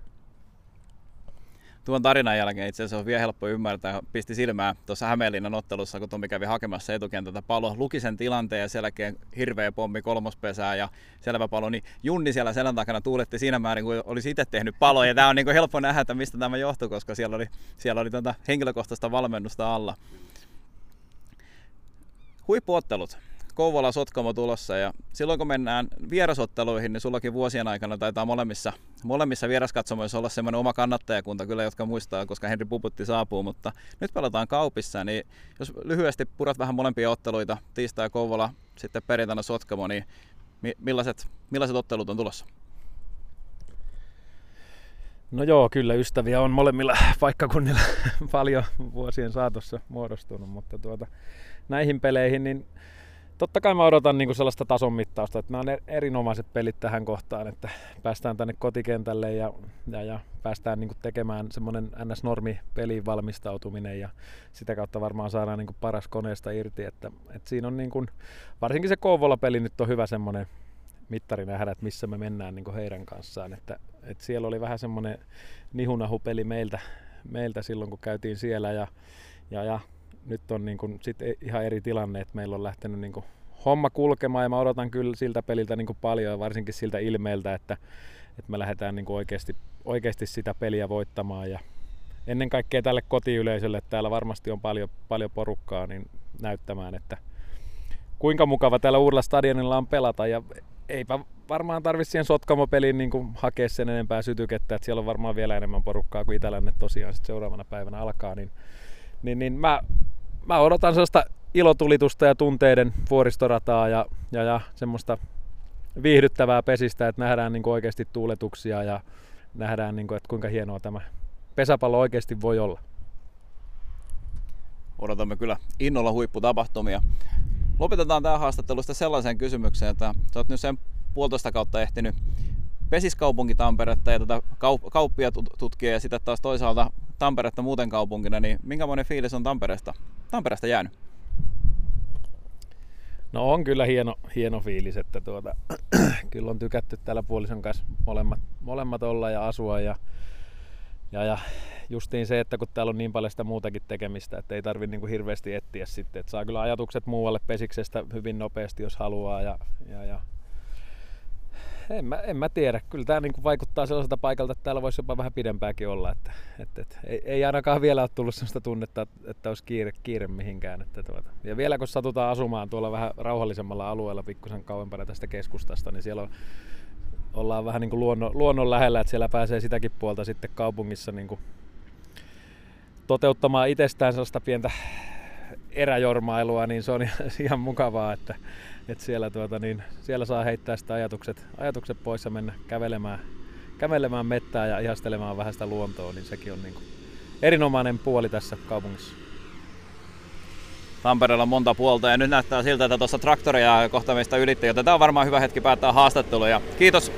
Tuon tarinan jälkeen itse asiassa on vielä helppo ymmärtää. Pisti silmää tuossa Hämeenlinnan ottelussa, kun Tomi kävi hakemassa etukentältä palo, luki sen tilanteen ja sen jälkeen hirveä pommi kolmospesää ja selvä palo. Niin Junni siellä selän takana tuuletti siinä määrin, kun olisi itse tehnyt palo. Ja tämä on niin kuin helppo nähdä, että mistä tämä johtui, koska siellä oli, siellä oli tuota henkilökohtaista valmennusta alla. Huippuottelut. Kouvola Sotkamo tulossa ja silloin kun mennään vierasotteluihin, niin sullakin vuosien aikana taitaa molemmissa, molemmissa vieraskatsomoissa olla semmoinen oma kannattajakunta kyllä, jotka muistaa, koska Henri Puputti saapuu, mutta nyt pelataan Kaupissa, niin jos lyhyesti purat vähän molempia otteluita, tiistai Kouvola, sitten perjantaina Sotkamo, niin millaiset, millaiset ottelut on tulossa? No joo, kyllä ystäviä on molemmilla paikkakunnilla paljon vuosien saatossa muodostunut, mutta tuota, näihin peleihin niin totta kai mä odotan niinku sellaista tason mittausta, että nämä on erinomaiset pelit tähän kohtaan, että päästään tänne kotikentälle ja, ja, ja päästään niinku tekemään semmoinen N S-normi peliin valmistautuminen ja sitä kautta varmaan saadaan niinku paras koneesta irti, että, että siinä on niinku, varsinkin se Kouvola-peli nyt on hyvä semmoinen mittari nähdä, että missä me mennään niinku heidän kanssaan, että, että siellä oli vähän semmoinen nihunahupeli meiltä, meiltä silloin kun käytiin siellä ja, ja, ja nyt on niin kuin sit ihan eri tilanne, että meillä on lähtenyt niin kuin homma kulkemaan ja mä odotan kyllä siltä peliltä niin kuin paljon ja varsinkin siltä ilmeeltä, että, että me lähdetään niin kuin oikeasti, oikeasti sitä peliä voittamaan ja ennen kaikkea tälle kotiyleisölle, että täällä varmasti on paljon, paljon porukkaa, niin näyttämään, että kuinka mukava täällä uudella stadionilla on pelata ja eipä varmaan tarvitse siihen Sotkamo-peliin niin kuin hakea sen enempää sytykettä, että siellä on varmaan vielä enemmän porukkaa kuin Itälänne tosiaan sit seuraavana päivänä alkaa, niin Niin, niin mä, mä odotan sellaista ilotulitusta ja tunteiden vuoristorataa ja, ja, ja semmoista viihdyttävää pesistä, että nähdään niin kuin oikeasti tuuletuksia ja nähdään, niin kuin, että kuinka hienoa tämä pesäpallo oikeasti voi olla. Odotamme kyllä innolla huipputapahtumia. Lopetetaan tämä haastattelusta sellaiseen kysymykseen, että sä oot nyt sen puolitoista kautta ehtinyt Pesiskaupunki Tamperetta ja tuota kauppia tutkia ja sitten taas toisaalta Tamperetta muuten kaupunkina, niin minkälainen fiilis on Tampereesta, Tampereesta jäänyt? No on kyllä hieno, hieno fiilis, että tuota, kyllä on tykätty täällä puolison kanssa molemmat, molemmat olla ja asua ja, ja, ja justiin se, että kun täällä on niin paljon sitä muutakin tekemistä, että ei tarvitse niin kuin hirveästi etsiä sitten, että saa kyllä ajatukset muualle Pesiksestä hyvin nopeasti, jos haluaa ja, ja, ja En mä, en mä tiedä. Kyllä tämä niinku vaikuttaa sellaiselta paikalta, että täällä voisi jopa vähän pidempääkin olla. Että, että, että, ei, ei ainakaan vielä ole tullut sellaista tunnetta, että olisi kiire, kiire mihinkään. Että tuota. Ja vielä kun satutaan asumaan tuolla vähän rauhallisemmalla alueella pikkusen kauempana tästä keskustasta, niin siellä on, ollaan vähän niin kuin luonnon, luonnon lähellä, että siellä pääsee sitäkin puolta sitten kaupungissa niin kuin toteuttamaan itsestään sellaista pientä eräjormailua, niin se on ihan mukavaa, että, että siellä, tuota, niin, siellä saa heittää sitä ajatukset, ajatukset pois ja mennä kävelemään, kävelemään mettään ja ihastelemaan vähän sitä luontoa, niin sekin on, niin kuin, erinomainen puoli tässä kaupungissa. Tampereella on monta puolta ja nyt näyttää siltä, että tuossa traktoria kohta meistä ylitti, joten tämä on varmaan hyvä hetki päättää haastattelu. Ja kiitos.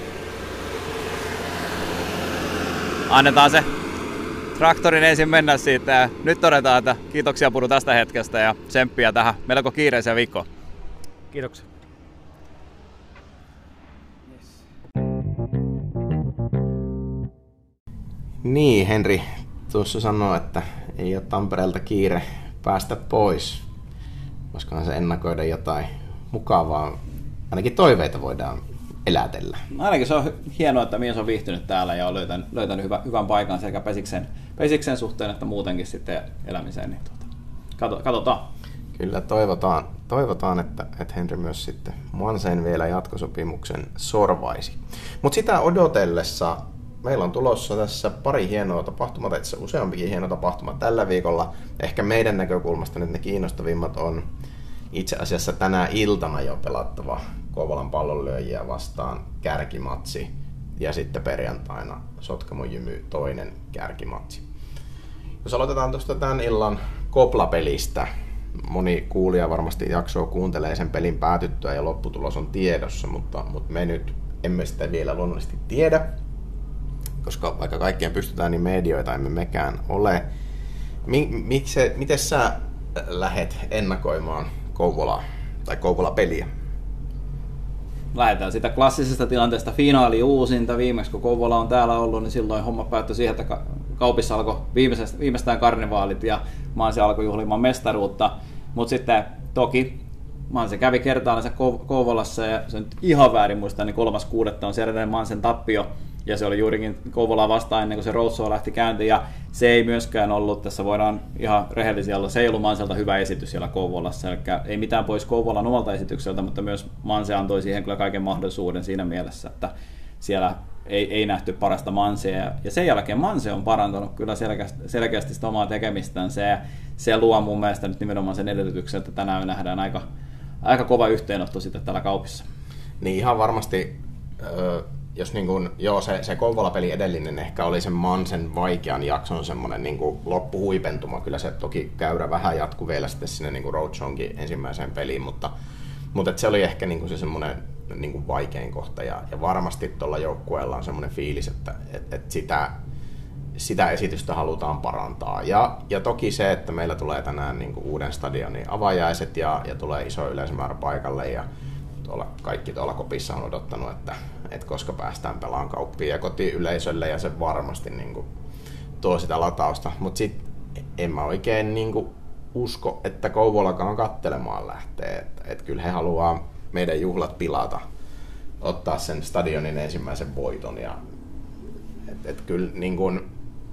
Annetaan se traktorin ensin mennä siitä ja nyt todetaan, että kiitoksia Puru tästä hetkestä ja tsemppiä tähän melko kiireiseen viikkoon. Kiitoksia. Niin, Henri tuossa sanoi, että ei ole Tampereelta kiire päästä pois. Voisikohan se ennakoida jotain mukavaa, ainakin toiveita voidaan elätellä. Ainakin se on hienoa, että mies on viihtynyt täällä ja on löytänyt, löytänyt hyvä, hyvän paikan sekä pesiksen, pesiksen suhteen että muutenkin sitten elämiseen. Niin tuota, katsotaan. Kyllä toivotaan, toivotaan että, että Henri myös sitten Manseen vielä jatkosopimuksen sorvaisi. Mutta sitä odotellessa meillä on tulossa tässä pari hienoa tapahtumaa, tai itse useampikin hieno tapahtuma tällä viikolla. Ehkä meidän näkökulmasta nyt ne kiinnostavimmat on itse asiassa tänä iltana jo pelattava Kouvolan Pallonlyöjiä vastaan kärkimatsi ja sitten perjantaina Sotkamo Jymy toinen kärkimatsi. Jos aloitetaan tuosta tämän illan koplapelistä, moni kuulija varmasti jaksoa kuuntelee sen pelin päätyttyä ja lopputulos on tiedossa, mutta, mutta me nyt emme sitä vielä luonnollisesti tiedä, koska vaikka kaikkien pystytään, niin medioita emme mekään ole. Miten sä lähet ennakoimaan Kouvolaa tai Kouvola-peliä? Lähdetään sitä klassisesta tilanteesta finaali uusinta. Viimeksi kun Kouvola on täällä ollut, niin silloin homma päättyi siihen, että Kaupissa alkoi viimeistään karnevaalit ja Manse alkoi juhlimaan mestaruutta. Mutta sitten toki Manse kävi kertaallensa Kouvolassa ja se on ihan väärin muistaa, niin kolmas kuudetta on siellä Mansen tappio. Ja se oli juurikin Kouvolaa vastaan ennen kuin se roadshow lähti käyntiin. Ja se ei myöskään ollut, tässä voidaan ihan rehellisiä olla, se ei ollut Manselta hyvä esitys siellä Kouvolassa. Eli ei mitään pois Kouvolan omalta esitykseltä, mutta myös Manse antoi siihen kyllä kaiken mahdollisuuden siinä mielessä, että siellä ei, ei nähty parasta Mansea. Ja sen jälkeen Manse on parantanut kyllä selkeästi, selkeästi sitä omaa tekemistään. Se, se luo mun mielestä nyt nimenomaan sen edellytyksen, että tänään nähdään aika, aika kova yhteenotto sitten täällä Kaupissa. Niin ihan varmasti... Öö... Jos niin kun, joo, se, se Kouvola-peli edellinen ehkä oli sen Mansen vaikean jakson semmoinen niin kuin loppuhuipentuma. Kyllä se toki käyrä vähän jatkui vielä sitten sinne niin kuin roadshow'nkin ensimmäiseen peliin, mutta, mutta se oli ehkä niin kuin se semmoinen niin kuin vaikein kohta. Ja, ja varmasti tuolla joukkueella on semmoinen fiilis, että, että, että sitä, sitä esitystä halutaan parantaa. Ja, ja toki se, että meillä tulee tänään niin kuin uuden stadionin avajaiset ja, ja tulee iso yleisömäärä paikalle ja tuolla, kaikki tuolla Kopissa on odottanut, että, että koska päästään pelaamaan Kauppia ja kotiyleisölle ja se varmasti niin kuin, tuo sitä latausta. Mutta sitten en mä oikein niin kuin, usko, että Kouvolakaan kattelemaan lähtee. Että et kyllä he haluaa meidän juhlat pilata, ottaa sen stadionin ensimmäisen voiton. Ja, et, et kyllä niin kuin,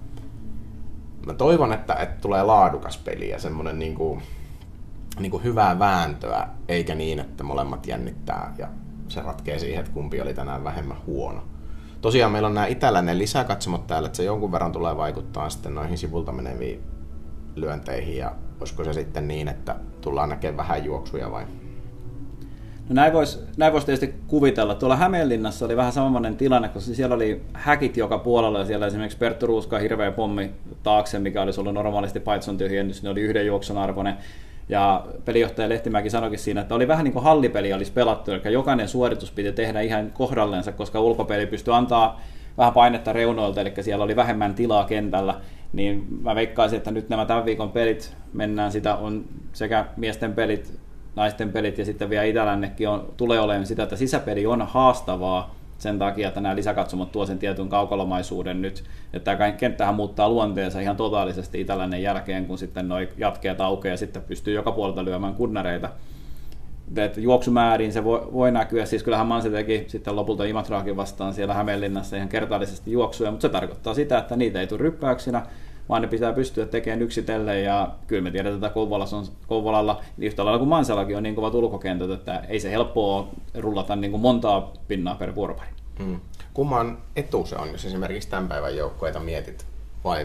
mä toivon, että, että tulee laadukas peli ja semmoinen niin kuin, niin kuin hyvää vääntöä, eikä niin, että molemmat jännittää ja se ratkee siihen, että kumpi oli tänään vähemmän huono. Tosiaan meillä on nämä itäläinen lisäkatsomot täällä, että se jonkun verran tulee vaikuttaa sitten noihin sivulta meneviin lyönteihin ja olisiko se sitten niin, että tullaan näkemään vähän juoksuja vai? No näin voisi näin vois tietysti kuvitella. Tuolla Hämeenlinnassa oli vähän samanlainen tilanne, koska siellä oli häkit joka puolella ja siellä esimerkiksi Perttu Ruuska hirveä pommi taakse, mikä olisi ollut normaalisti Paitson tyhjennys, niin oli yhden juoksun arvoinen. Ja pelijohtaja Lehtimäki sanoikin siinä, että oli vähän niin kuin hallipeli olisi pelattu, eli jokainen suoritus piti tehdä ihan kohdallensa, koska ulkopeli pystyi antaa vähän painetta reunoilta, eli siellä oli vähemmän tilaa kentällä. Niin mä veikkaisin, että nyt nämä tämän viikon pelit mennään, sitä on sekä miesten pelit, naisten pelit ja sitten vielä Itälännekin on, tulee olemaan sitä, että sisäpeli on haastavaa sen takia, että nämä lisäkatsomot tuo sen tietyn kaukalomaisuuden nyt, että tämä kenttähän muuttaa luonteensa ihan totaalisesti Itälännen jälkeen, kun sitten nuo jatkeet aukeaa ja sitten pystyy joka puolelta lyömään kunnareita. Että juoksumäärin se voi, voi näkyä, siis kyllähän Manse teki sitten lopulta Imatraakin vastaan siellä Hämeenlinnassa ihan kertaallisesti juoksuja, mutta se tarkoittaa sitä, että niitä ei tule ryppäyksinä, vaan ne pitää pystyä tekemään yksitellen ja kyllä me tiedetään, että Kouvolassa on, Kouvolalla yhtä lailla kuin Mansellakin on niin kovat ulkokentät, että ei se helppoa rullata niin kuin montaa pinnaa per vuoropari. Hmm. Kumman etu se on, jos esimerkiksi tämän päivän joukkueita mietit, vai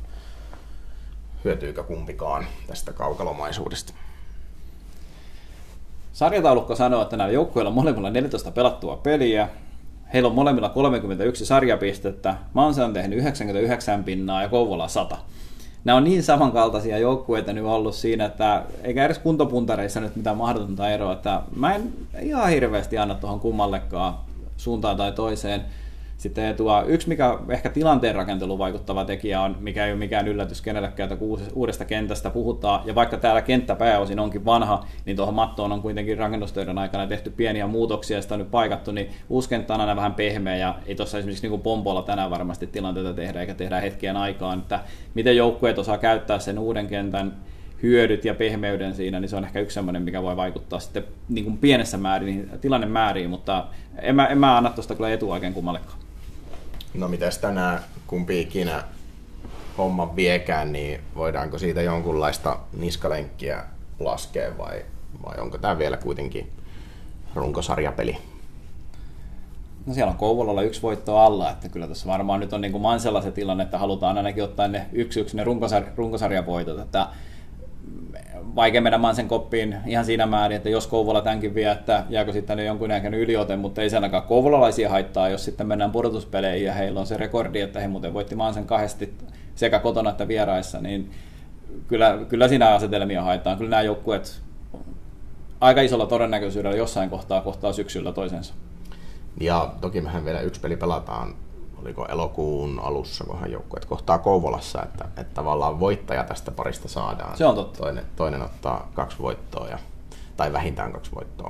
hyötyykö kumpikaan tästä kaukalomaisuudesta? Sarjataulukko sanoo, että näillä joukkueilla on molemmilla neljätoista pelattua peliä. Heillä on molemmilla kolmekymmentäyksi sarjapistettä, Manse on tehnyt yhdeksänkymmentäyhdeksän pinnaa ja Kouvola sata. Nämä on niin samankaltaisia joukkueita nyt ollut siinä, että eikä edes kuntopuntareissa nyt mitään mahdotonta eroa, että mä en ihan hirveästi anna tuohon kummallekaan suuntaan tai toiseen. Sitten tuo yksi, mikä ehkä tilanteen rakenteluun vaikuttava tekijä on, mikä ei ole mikään yllätys kenellekään, että uudesta kentästä puhutaan. Ja vaikka täällä kenttä pääosin onkin vanha, niin tuohon mattoon on kuitenkin rakennustöiden aikana tehty pieniä muutoksia, ja sitä on nyt paikattu, niin uusi kenttä on aina vähän pehmeä, ja ei tuossa esimerkiksi niin kuin Pompolla tänään varmasti tilanteita tehdä, eikä tehdä hetkien aikaan, että miten joukkueet osaa käyttää sen uuden kentän hyödyt ja pehmeyden siinä, niin se on ehkä yksi sellainen, mikä voi vaikuttaa sitten niin kuin pienessä määrin, niin tilannemääriin, mutta en mä, en mä anna tuosta kyllä etua oikein kummallekaan. No mitäs tänään kumpi ikinä homman viekään, niin voidaanko siitä jonkunlaista niskalenkkiä laskea vai, vai onko tämä vielä kuitenkin runkosarjapeli? No siellä on Kouvolalla yksi voitto alla, että kyllä tässä varmaan nyt on niin kuin Mansella se tilanne, että halutaan ainakin ottaa ne yksi yksi ne runkosar- runkosarjavoitot, että vaikea mennä Mansen koppiin ihan siinä määrin, että jos Kouvola tämänkin vie, että jääkö sitten jonkunnäköinen yliote, mutta ei se ainakaan kouvolalaisia haittaa, jos sitten mennään pudotuspeleihin ja heillä on se rekordi, että he muuten voitti Mansen kahdesti sekä kotona että vieraissa, niin kyllä, kyllä siinä asetelmia haetaan. Kyllä nämä joukkueet aika isolla todennäköisyydellä jossain kohtaa kohtaa syksyllä toisensa. Ja toki mehän vielä yksi peli pelataan, oliko elokuun alussa, kunhan joukkueet kohtaa Kouvolassa, että, että tavallaan voittaja tästä parista saadaan. Se on totta. Toinen, toinen ottaa kaksi voittoa, ja, tai vähintään kaksi voittoa.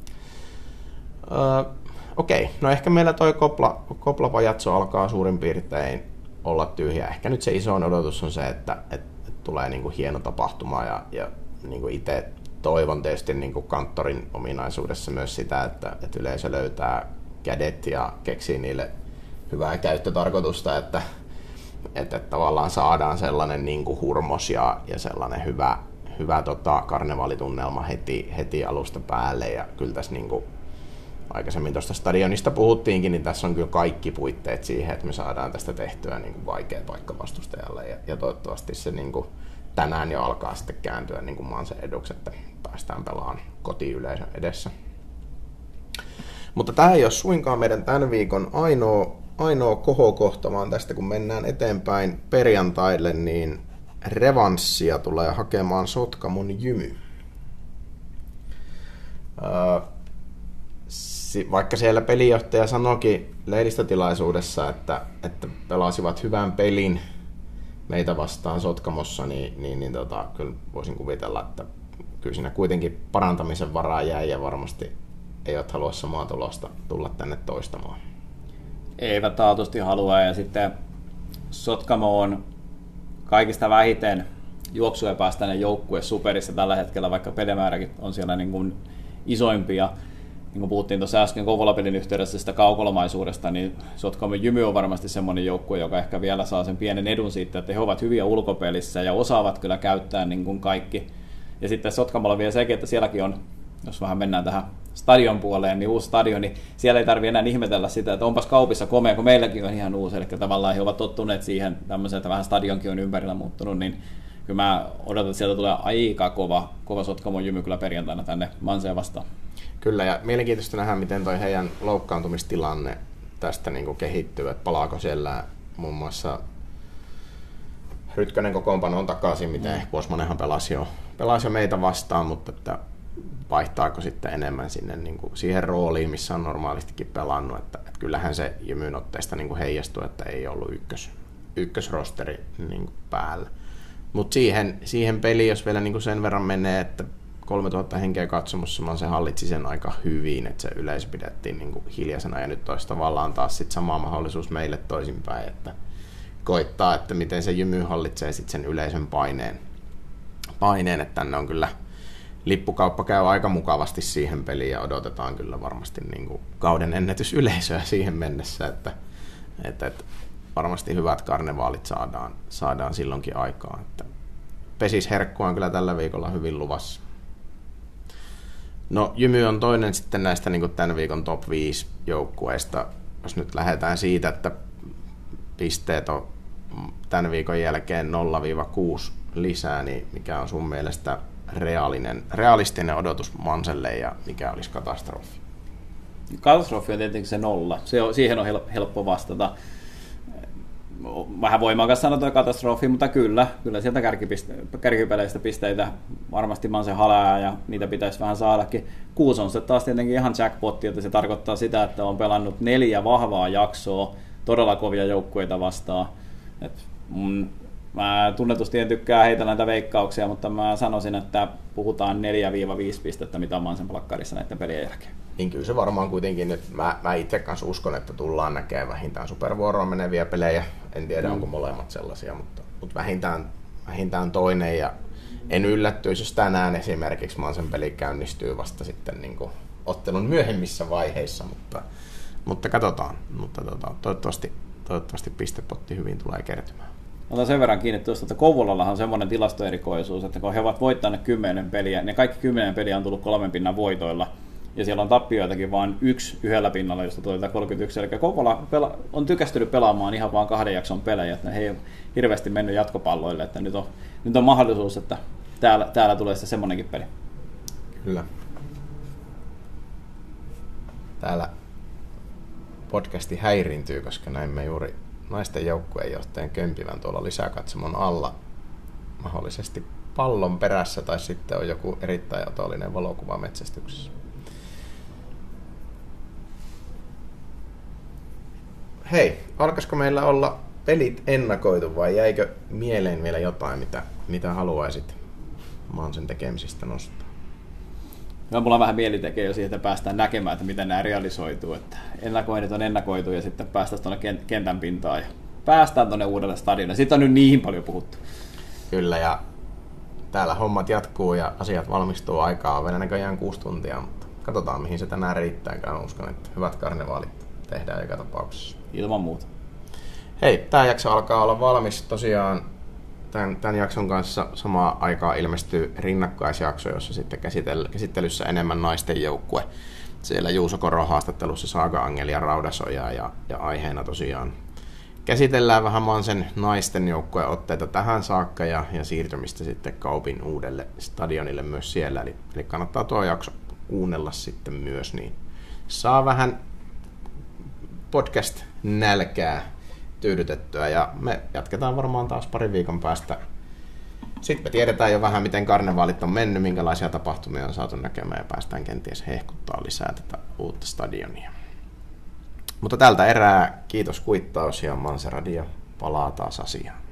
Öö, Okei, okay. No ehkä meillä toi Kopla, Kopla-pajatso alkaa suurin piirtein olla tyhjä. Ehkä nyt se isoin odotus on se, että, että tulee niinku hieno tapahtuma, ja, ja niinku itse toivon tietysti niinku kanttorin ominaisuudessa myös sitä, että, että yleisö löytää kädet ja keksii niille hyvää käyttötarkoitusta, että, että, että tavallaan saadaan sellainen niin kuin hurmos ja, ja sellainen hyvä, hyvä tota, karnevaalitunnelma heti, heti alusta päälle. Ja kyllä tässä niin kuin aikaisemmin tuosta stadionista puhuttiinkin, niin tässä on kyllä kaikki puitteet siihen, että me saadaan tästä tehtyä niin kuin vaikea paikka vastustajalle. Ja, ja toivottavasti se niin kuin tänään jo alkaa sitten kääntyä niin kuin Mansen eduksi, että päästään pelaamaan kotiyleisön edessä. Mutta tämä ei ole suinkaan meidän tämän viikon ainoa, ainoa kohokohta, vaan tästä kun mennään eteenpäin perjantaille, niin revanssia tulee hakemaan Sotkamon Jymy. Öö, vaikka siellä pelijohtaja sanoikin lehdistötilaisuudessa, että, että pelasivat hyvän pelin meitä vastaan Sotkamossa, niin, niin, niin tota, kyllä voisin kuvitella, että kyllä siinä kuitenkin parantamisen varaa jäi ja varmasti eivät halua samaa tulosta tulla tänne toistamaan. Eivät taatusti halua, ja sitten Sotkamo on kaikista vähiten juoksuepäistäinen joukkue superissa tällä hetkellä, vaikka pelimääräkin on siellä niin kuin isoimpia. Niin kuin puhuttiin tuossa äsken Kouvola-pelin yhteydessä sitä kaukolomaisuudesta, niin Sotkamon Jymy on varmasti semmoinen joukkue, joka ehkä vielä saa sen pienen edun siitä, että he ovat hyviä ulkopelissä ja osaavat kyllä käyttää niin kuin kaikki. Ja sitten Sotkamolla vielä sekin, että sielläkin on, jos vähän mennään tähän stadion puoleen, niin uusi stadion, niin siellä ei tarvitse enää ihmetellä sitä, että onpas Kaupissa komea, kun meilläkin on ihan uusi, eli tavallaan he ovat tottuneet siihen tämmöiseen, että vähän stadionkin on ympärillä muuttunut, niin kyllä mä odotan, että sieltä tulee aika kova, kova Sotkamon Jymy kyllä perjantaina tänne Manseen vastaan. Kyllä, ja mielenkiintoista nähdä, miten toi heidän loukkaantumistilanne tästä niin kuin kehittyy, että palaako siellä muun muassa Rytkönen kokoonpano on takaisin, miten Kuosmanenhan pelasi jo, pelasi jo meitä vastaan, mutta että vaihtaako sitten enemmän sinne niin kuin siihen rooliin, missä on normaalistikin pelannut, että, että kyllähän se Jymyn otteesta niin kuin heijastuu, että ei ollut ykkös, ykkösrosteri niin kuin päällä. Mutta siihen, siihen peliin, jos vielä niin kuin sen verran menee, että kolmetuhatta henkeä katsomossa, vaan se hallitsi sen aika hyvin, että se yleisö pidettiin niin kuin hiljaisena, ja nyt olisi tavallaan taas sit sama mahdollisuus meille toisinpäin, että koittaa, että miten se Jymy hallitsee sit sen yleisön paineen, paineen, että tänne on kyllä lippukauppa käy aika mukavasti siihen peliin, ja odotetaan kyllä varmasti niin kuin kauden ennätysyleisöä siihen mennessä, että, että, että varmasti hyvät karnevaalit saadaan, saadaan silloinkin aikaan. Että pesisherkkua on kyllä tällä viikolla hyvin luvassa. No Jymy on toinen sitten näistä niin kuin tämän viikon top viisi joukkueista. Jos nyt lähdetään siitä, että pisteet on tämän viikon jälkeen nolla kuusi lisää, niin mikä on sun mielestä reaalinen, realistinen odotus Manselle ja mikä olisi katastrofi? Katastrofi on tietenkin se nolla. Se on, siihen on helppo vastata. Vähän voimakas sanoa tuo katastrofi, mutta kyllä, kyllä sieltä kärkipiste- kärkipeleistä pisteitä varmasti Manse halää ja niitä pitäisi vähän saadakin. Kuusi on se taas tietenkin ihan jackpotti, että se tarkoittaa sitä, että on pelannut neljä vahvaa jaksoa todella kovia joukkueita vastaan. Et mun, mä tunnetusti en tykkää heitä näitä veikkauksia, mutta mä sanoisin, että puhutaan neljä viisi pistettä, mitä on Mansen plakkarissa näiden pelien jälkeen. Niin kyllä se varmaan kuitenkin nyt, mä, mä itse kanssa uskon, että tullaan näkemään vähintään supervuoroon meneviä pelejä. En tiedä, mm. onko molemmat sellaisia, mutta, mutta vähintään, vähintään toinen. Ja en yllättyisi, jos tänään esimerkiksi Mansen peli käynnistyy vasta sitten niin kuin ottelun myöhemmissä vaiheissa, mutta, mutta katsotaan. Mutta tota, toivottavasti, toivottavasti pistepotti hyvin tulee kertymään. Otan sen verran kiinni tuosta, että Kouvolallahan on semmoinen tilastoerikoisuus, että kun he ovat voittaneet kymmenen peliä, ne kaikki kymmenen peliä on tullut kolmen pinnan voitoilla. Ja siellä on tappioitakin vain yksi yhdellä pinnalla, josta tuli kolmekymmentäyksi. Eli Kouvola pela- on tykästynyt pelaamaan ihan vaan kahden jakson pelejä, että he ei ole hirveästi mennyt jatkopalloille. Että nyt, on, nyt on mahdollisuus, että täällä, täällä tulee sitten semmoinenkin peli. Kyllä. Täällä podcasti häiriintyy, koska näimme juuri naisten joukkueen johtajan kömpivän tuolla lisäkatsomon alla mahdollisesti pallon perässä, tai sitten on joku erittäin otollinen valokuva metsästyksessä. Hei, alkaisiko meillä olla pelit ennakoitu vai jäikö mieleen vielä jotain, mitä, mitä haluaisit Mansen tekemisistä nostaa? No, mulla on vähän mieli tekee jo siihen, että päästään näkemään, että miten nämä realisoituu. Että ennakoinnit on ennakoitu ja sitten päästään tuonne kentän pintaan ja päästään tuonne uudelle stadionille. Siitä on nyt niin paljon puhuttu. Kyllä, ja täällä hommat jatkuu ja asiat valmistuu aikaa. On vielä näköjään kuusi tuntia, mutta katsotaan mihin se tänään riittääkään. Uskon, että hyvät karnevaalit tehdään joka tapauksessa. Ilman muuta. Hei, tämä jakso alkaa olla valmis. Tosiaan tämän, tämän jakson kanssa samaan aikaan ilmestyy rinnakkaisjakso, jossa sitten käsittelyssä enemmän naisten joukkue. Siellä Juuso Koron haastattelussa Saaga Angeli ja Raudasoja ja, ja aiheena tosiaan käsitellään vähän Mansen naisten joukkueen otteita tähän saakka ja, ja siirtymistä sitten Kaupin uudelle stadionille myös siellä. Eli, eli kannattaa tuo jakso kuunnella sitten myös, niin saa vähän podcast-nälkää tyydytettyä ja me jatketaan varmaan taas parin viikon päästä. Sitten me tiedetään jo vähän, miten karnevaalit on mennyt, minkälaisia tapahtumia on saatu näkemään ja päästään kenties hehkuttaa lisää tätä uutta stadionia. Mutta tältä erää kiitos kuittaus ja Manse Radio palaa taas asiaan.